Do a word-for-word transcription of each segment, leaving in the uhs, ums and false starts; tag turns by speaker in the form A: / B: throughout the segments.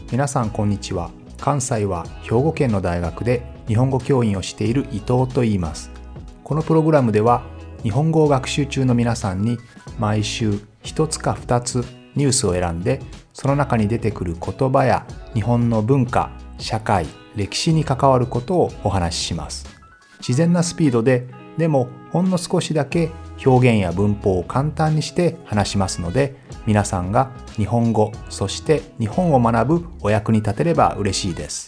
A: 皆さんこんにちは。関西は兵庫県の大学で日本語教員をしている伊藤と言います。このプログラムでは日本語を学習中の皆さんに毎週一つか二つニュースを選んで、その中に出てくる言葉や日本の文化、社会、歴史に関わることをお話しします。自然なスピードで、でもほんの少しだけ表現や文法を簡単にして話しますので、皆さんが日本語、そして日本を学ぶお役に立てれば嬉しいです。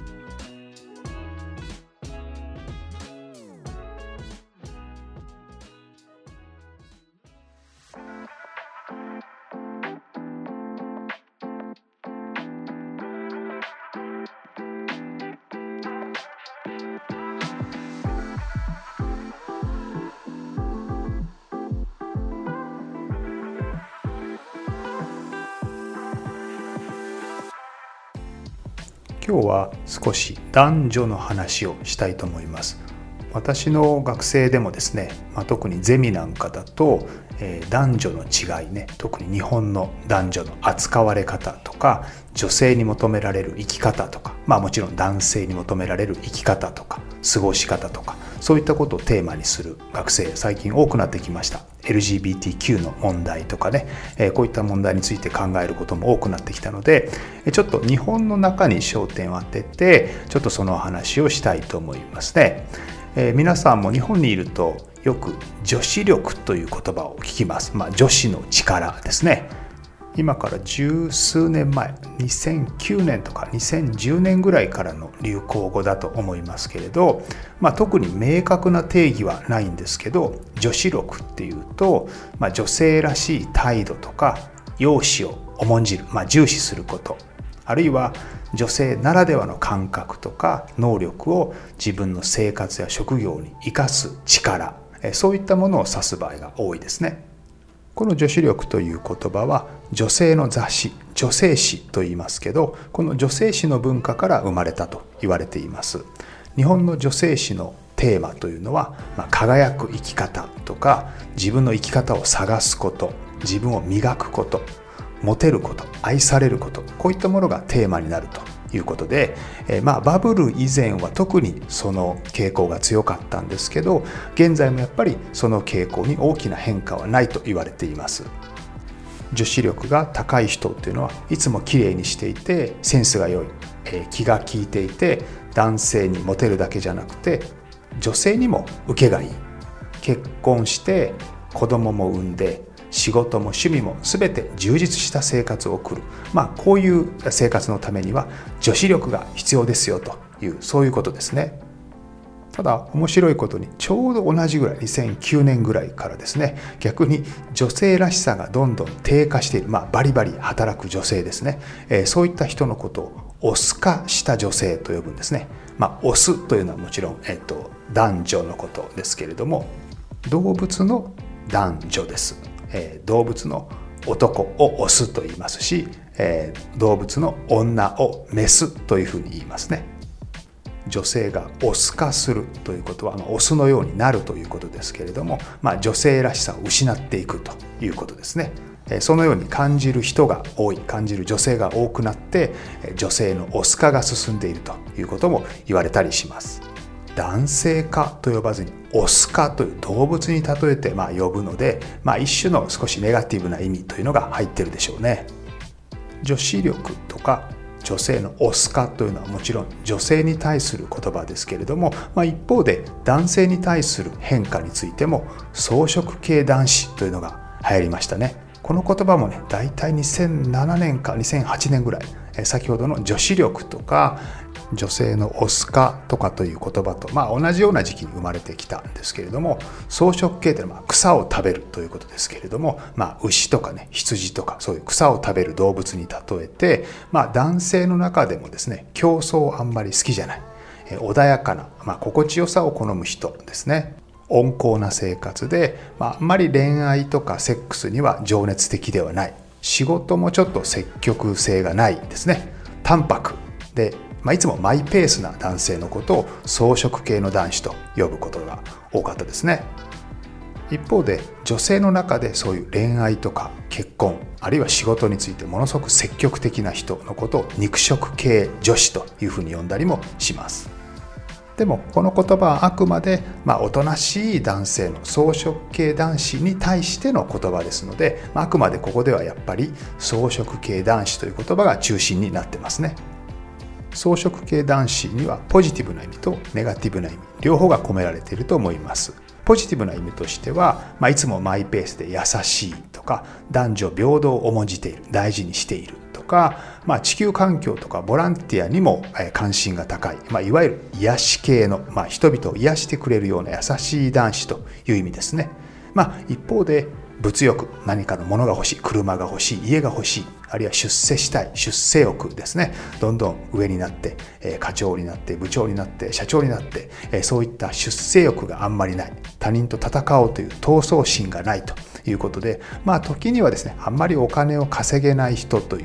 A: 今日は少し男女の話をしたいと思います。私の学生でもですね、まあ、特にゼミなんかだと、えー、男女の違いね、特に日本の男女の扱われ方とか、女性に求められる生き方とか、まあもちろん男性に求められる生き方とか過ごし方とか、そういったことをテーマにする学生最近多くなってきました。 エルジービーティーキュー の問題とかね、えー、こういった問題について考えることも多くなってきたので、ちょっと日本の中に焦点を当ててちょっとその話をしたいと思いますね。えー、皆さんも日本にいるとよく女子力という言葉を聞きます。まあ、女子の力ですね。今から十数年前、にせんきゅうねんとかにせんじゅうねんぐらいからの流行語だと思いますけれど、まあ、特に明確な定義はないんですけど、女子力っていうと、まあ、女性らしい態度とか容姿を重んじる、まあ、重視すること、あるいは女性ならではの感覚とか能力を自分の生活や職業に生かす力、そういったものを指す場合が多いですね。この女子力という言葉は女性の雑誌、女性誌と言いますけど、この女性誌の文化から生まれたと言われています。日本の女性誌のテーマというのは、まあ、輝く生き方とか、自分の生き方を探すこと、自分を磨くこと、モテること、愛されること、こういったものがテーマになるということで、えー、まあバブル以前は特にその傾向が強かったんですけど、現在もやっぱりその傾向に大きな変化はないと言われています。女子力が高い人っていうのはいつも綺麗にしていて、センスが良い、えー、気が利いていて、男性にモテるだけじゃなくて女性にも受けがいい、結婚して子供も産んで仕事も趣味も全て充実した生活を送る、まあこういう生活のためには女子力が必要ですよという、そういうことですね。ただ面白いことに、ちょうど同じぐらいにせんきゅうねんぐらいからですね、逆に女性らしさがどんどん低下している、まあバリバリ働く女性ですね、えー、そういった人のことをオス化した女性と呼ぶんですね。まあオスというのはもちろん、えーと、男女のことですけれども、動物の男女です。えー、動物の男をオスと言いますし、えー、動物の女をメスというふうに言いますね。女性がオス化するということは、まあ、オスのようになるということですけれども、まあ、女性らしさを失っていくということですね。えー、そのように感じる人が多い、感じる女性が多くなって、女性のオス化が進んでいるということも言われたりします。男性化と呼ばずにオス化という動物に例えてまあ呼ぶので、まあ、一種の少しネガティブな意味というのが入っているでしょうね。女子力とか女性のオス化というのはもちろん女性に対する言葉ですけれども、まあ、一方で男性に対する変化についても草食系男子というのが流行りましたね。この言葉もね、だいたいにせんななねんかにせんはちねんぐらい、先ほどの女子力とか女性のオス化とかという言葉と、まあ、同じような時期に生まれてきたんですけれども、草食系というのは草を食べるということですけれども、まあ、牛とかね、羊とかそういう草を食べる動物に例えて、まあ、男性の中でもですね、競争あんまり好きじゃない、穏やかな、まあ、心地よさを好む人ですね。温厚な生活で、まあ、あんまり恋愛とかセックスには情熱的ではない、仕事もちょっと積極性がないですね。淡白で、まあ、いつもマイペースな男性のことを草食系の男子と呼ぶことが多かったですね。 一方で女性の中でそういう恋愛とか結婚あるいは仕事についてものすごく積極的な人のことを肉食系女子というふうに呼んだりもします。でもこの言葉はあくまで、まあ、おとなしい男性の草食系男子に対しての言葉ですので、まあ、あくまでここではやっぱり草食系男子という言葉が中心になってますね。草食系男子にはポジティブな意味とネガティブな意味両方が込められていると思います。ポジティブな意味としては、まあ、いつもマイペースで優しいとか男女平等を重んじている大事にしているとか、まあ、地球環境とかボランティアにも関心が高い、まあ、いわゆる癒し系の、まあ、人々を癒してくれるような優しい男子という意味ですね。まあ、一方で物欲、何かのものが欲しい、車が欲しい、家が欲しい、あるいは出世したい、出世欲ですね。どんどん上になって、課長になって、部長になって、社長になって、そういった出世欲があんまりない。他人と戦おうという闘争心がないということで、まあ時にはですね、あんまりお金を稼げない人という、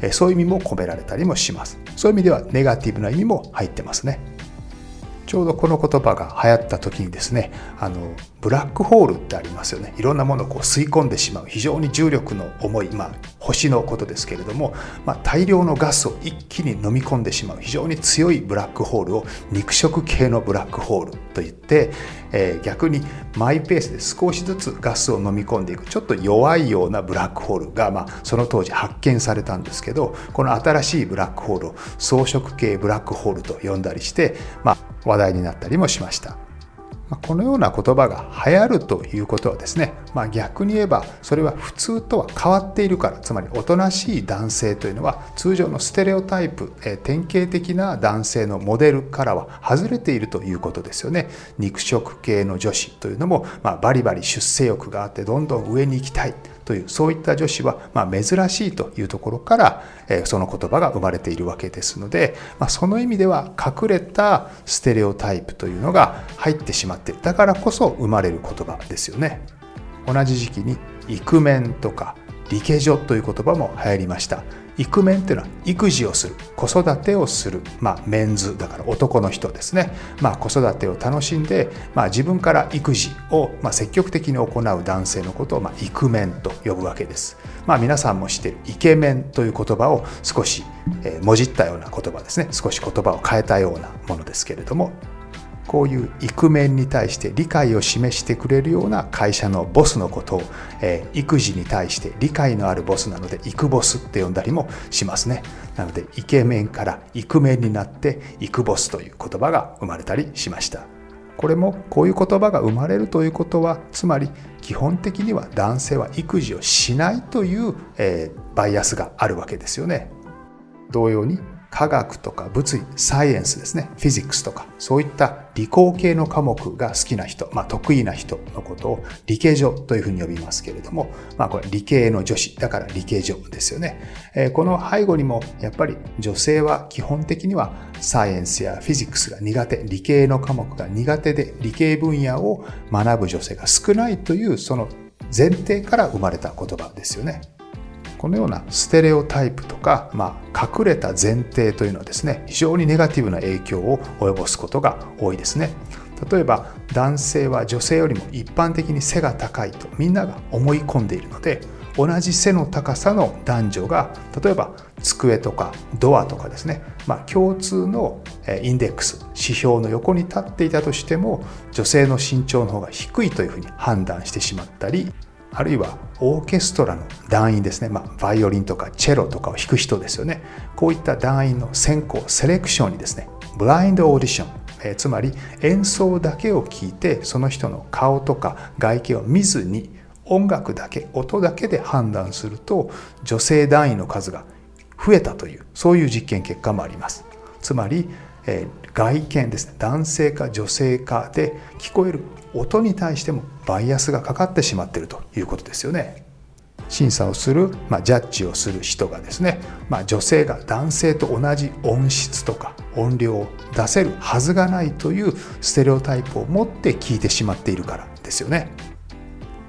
A: そういう意味も込められたりもします。そういう意味ではネガティブな意味も入ってますね。ちょうどこの言葉が流行った時にですね、あのブラックホールってありますよね。いろんなものをこう吸い込んでしまう非常に重力の重い、まあ、星のことですけれども、まあ、大量のガスを一気に飲み込んでしまう非常に強いブラックホールを肉食系のブラックホールといって、えー、逆にマイペースで少しずつガスを飲み込んでいくちょっと弱いようなブラックホールが、まあ、その当時発見されたんですけど、この新しいブラックホールを草食系ブラックホールと呼んだりして、まあ話題になったりもしました。このような言葉が流行るということはですね、まあ、逆に言えばそれは普通とは変わっているから、つまりおとなしい男性というのは通常のステレオタイプ、え典型的な男性のモデルからは外れているということですよね。肉食系の女子というのも、まあ、バリバリ出世欲があってどんどん上に行きたいというそういった女子はまあ珍しいというところから、えー、その言葉が生まれているわけですので、まあ、その意味では隠れたステレオタイプというのが入ってしまっている。だからこそ生まれる言葉ですよね。同じ時期にイクメンとかリケジョという言葉も流行りました。イクメンというのは育児をする、子育てをする、まあ、メンズだから男の人ですね。まあ、子育てを楽しんで、まあ、自分から育児を、まあ、積極的に行う男性のことを、まあ、イクメンと呼ぶわけです。まあ、皆さんも知っているイケメンという言葉を少し、えー、もじったような言葉ですね。少し言葉を変えたようなものですけれども、こういうイクメンに対して理解を示してくれるような会社のボスのことを、えー、育児に対して理解のあるボスなのでイクボスって呼んだりもしますね。なのでイケメンからイクメンになってイクボスという言葉が生まれたりしました。これもこういう言葉が生まれるということは、つまり基本的には男性は育児をしないという、えー、バイアスがあるわけですよね。同様に科学とか物理、サイエンスですね、フィジックスとか、そういった理工系の科目が好きな人、まあ、得意な人のことを理系女というふうに呼びますけれども、まあ、これ理系の女子だから理系女ですよね。えー、この背後にもやっぱり女性は基本的にはサイエンスやフィジックスが苦手、理系の科目が苦手で理系分野を学ぶ女性が少ないというその前提から生まれた言葉ですよね。このようなステレオタイプとか、まあ、隠れた前提というのはですね、非常にネガティブな影響を及ぼすことが多いですね。例えば男性は女性よりも一般的に背が高いとみんなが思い込んでいるので、同じ背の高さの男女が例えば机とかドアとかですね、まあ、共通のインデックス指標の横に立っていたとしても女性の身長の方が低いというふうに判断してしまったり、あるいはオーケストラの団員ですね、まあ、バイオリンとかチェロとかを弾く人ですよね。こういった団員の選考セレクションにですね、ブラインドオーディション、えー、つまり演奏だけを聞いてその人の顔とか外見を見ずに音楽だけ音だけで判断すると女性団員の数が増えたという、そういう実験結果もあります。つまり、えー、外見ですね、男性か女性かで聞こえる音に対してもバイアスがかかってしまっているということですよね。審査をする、まあ、ジャッジをする人がですね、まあ、女性が男性と同じ音質とか音量を出せるはずがないというステレオタイプを持って聞いてしまっているからですよね。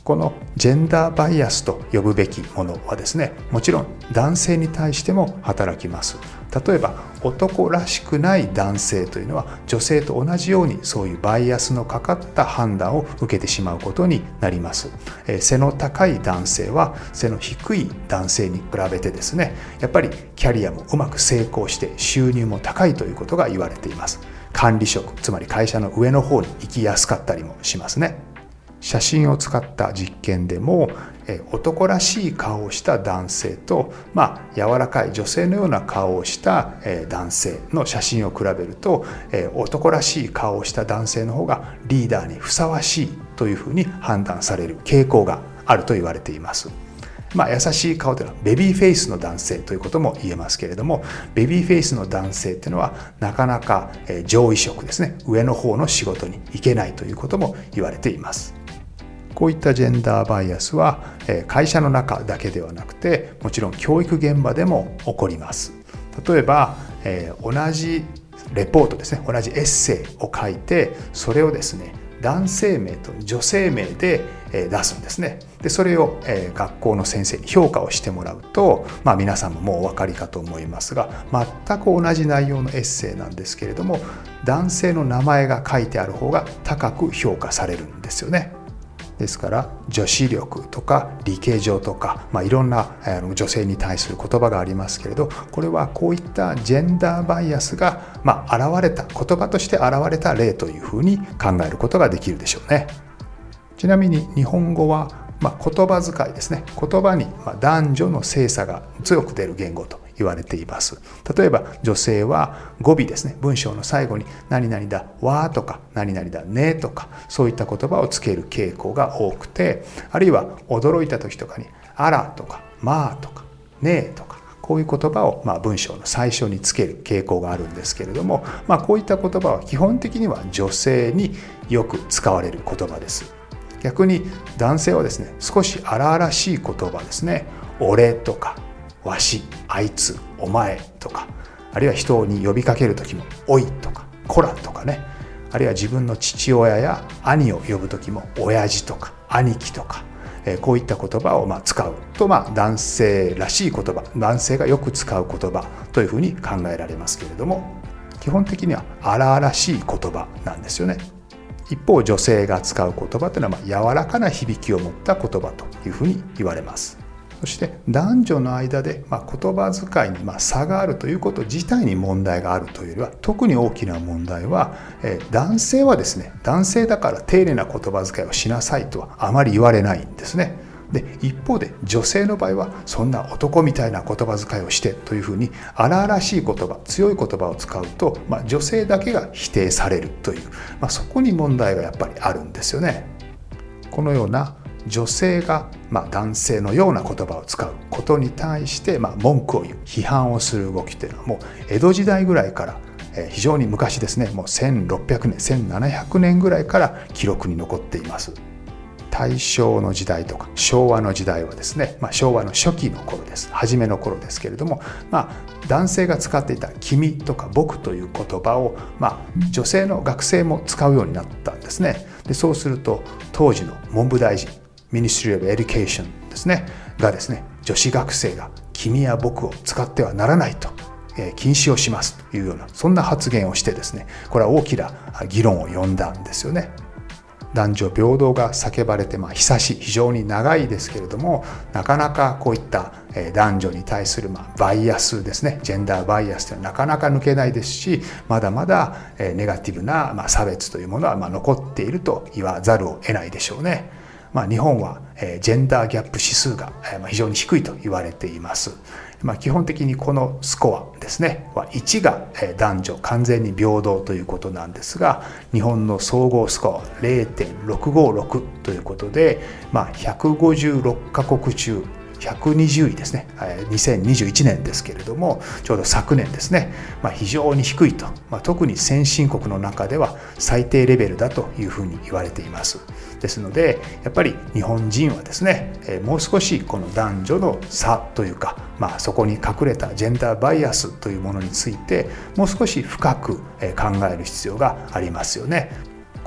A: このジェンダーバイアスと呼ぶべきものはですね、もちろん男性に対しても働きます。例えば男らしくない男性というのは女性と同じようにそういうバイアスのかかった判断を受けてしまうことになります。えー、背の高い男性は背の低い男性に比べてですね、やっぱりキャリアもうまく成功して収入も高いということが言われています。管理職、つまり会社の上の方に行きやすかったりもしますね。写真を使った実験でも男らしい顔をした男性と、まあ、柔らかい女性のような顔をした男性の写真を比べると、男らしい顔をした男性の方がリーダーにふさわしいというふうに判断される傾向があると言われています。まあ、優しい顔というのはベビーフェイスの男性ということも言えますけれども、ベビーフェイスの男性というのはなかなか上位職ですね、上の方の仕事に行けないということも言われています。こういったジェンダーバイアスは会社の中だけではなくて、もちろん教育現場でも起こります。例えば同じレポートですね、同じエッセイを書いて、それをですね男性名と女性名で出すんですね。でそれを学校の先生に評価をしてもらうと、まあ、皆さんももうお分かりかと思いますが、全く同じ内容のエッセイなんですけれども、男性の名前が書いてある方が高く評価されるんですよね。ですから女子力とか理系上とか、まあ、いろんな女性に対する言葉がありますけれど、これはこういったジェンダーバイアスが、まあ、現れた言葉として現れた例というふうに考えることができるでしょうね。ちなみに日本語は、まあ、言葉遣いですね、言葉に男女の性差が強く出る言語と言われています。例えば女性は語尾ですね、文章の最後に何々だわとか何々だねとか、そういった言葉をつける傾向が多くて、あるいは驚いた時とかにあらとかまあとかねえとか、こういう言葉をまあ文章の最初につける傾向があるんですけれども、まあ、こういった言葉は基本的には女性によく使われる言葉です。逆に男性はですね、少し荒々しい言葉ですね、俺とかわし、あいつ、お前とか、あるいは人に呼びかける時もおいとかこらとかね、あるいは自分の父親や兄を呼ぶ時も親父とか兄貴とか、こういった言葉をまあ使うと、まあ男性らしい言葉、男性がよく使う言葉というふうに考えられますけれども、基本的には荒々しい言葉なんですよね。一方女性が使う言葉というのはまあ柔らかな響きを持った言葉というふうに言われます。そして男女の間でまあ言葉遣いにまあ差があるということ自体に問題があるというよりは、特に大きな問題は、えー、男性はですね、男性だから丁寧な言葉遣いをしなさいとはあまり言われないんですね。で一方で女性の場合はそんな男みたいな言葉遣いをしてというふうに荒々しい言葉、強い言葉を使うと、まあ、女性だけが否定されるという、まあ、そこに問題がやっぱりあるんですよね。このような女性がまあ男性のような言葉を使うことに対してまあ文句を言う、批判をする動きというのはもう江戸時代ぐらいから、非常に昔ですね、もうせんろっぴゃくねん、せんななひゃくねんぐらいから記録に残っています。大正の時代とか昭和の時代はですね、まあ、昭和の初期の頃です、初めの頃ですけれども、まあ、男性が使っていた君とか僕という言葉を、まあ、女性の学生も使うようになったんですね。でそうすると当時の文部大臣、ミニストリー・オブ・エデュケーションですねがですね、女子学生が君や僕を使ってはならないと、えー、禁止をしますというような、そんな発言をしてですね、これは大きな議論を呼んだんですよね。男女平等が叫ばれて、まあ、久しい、非常に長いですけれども、なかなかこういった男女に対するまあバイアスですね、ジェンダーバイアスというのはなかなか抜けないですし、まだまだネガティブなまあ差別というものはまあ残っていると言わざるを得ないでしょうね。まあ、日本はジェンダーギャップ指数が非常に低いと言われています。まあ、基本的にこのスコアですねはいちが男女完全に平等ということなんですが、日本の総合スコア ゼロてんろくごろく ということで、まあ、ひゃくごじゅうろっかこく中ひゃくにじゅういですね。にせんにじゅういちねんですけれども、ちょうど昨年ですね、まあ、非常に低いと、まあ、特に先進国の中では最低レベルだというふうに言われています。ですのでやっぱり日本人はですね、もう少しこの男女の差というか、まあ、そこに隠れたジェンダーバイアスというものについてもう少し深く考える必要がありますよね。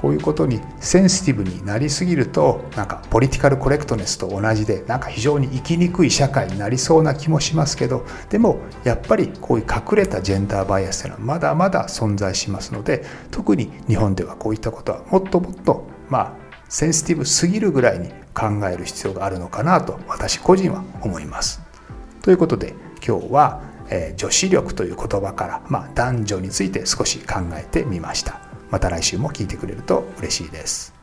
A: こういうことにセンシティブになりすぎるとなんかポリティカルコレクトネスと同じでなんか非常に生きにくい社会になりそうな気もしますけど、でもやっぱりこういう隠れたジェンダーバイアスというのはまだまだ存在しますので、特に日本ではこういったことはもっともっとまあセンシティブすぎるぐらいに考える必要があるのかなと私個人は思います。ということで今日は、えー、女子力という言葉から、まあ、男女について少し考えてみました。また来週も聞いてくれると嬉しいです。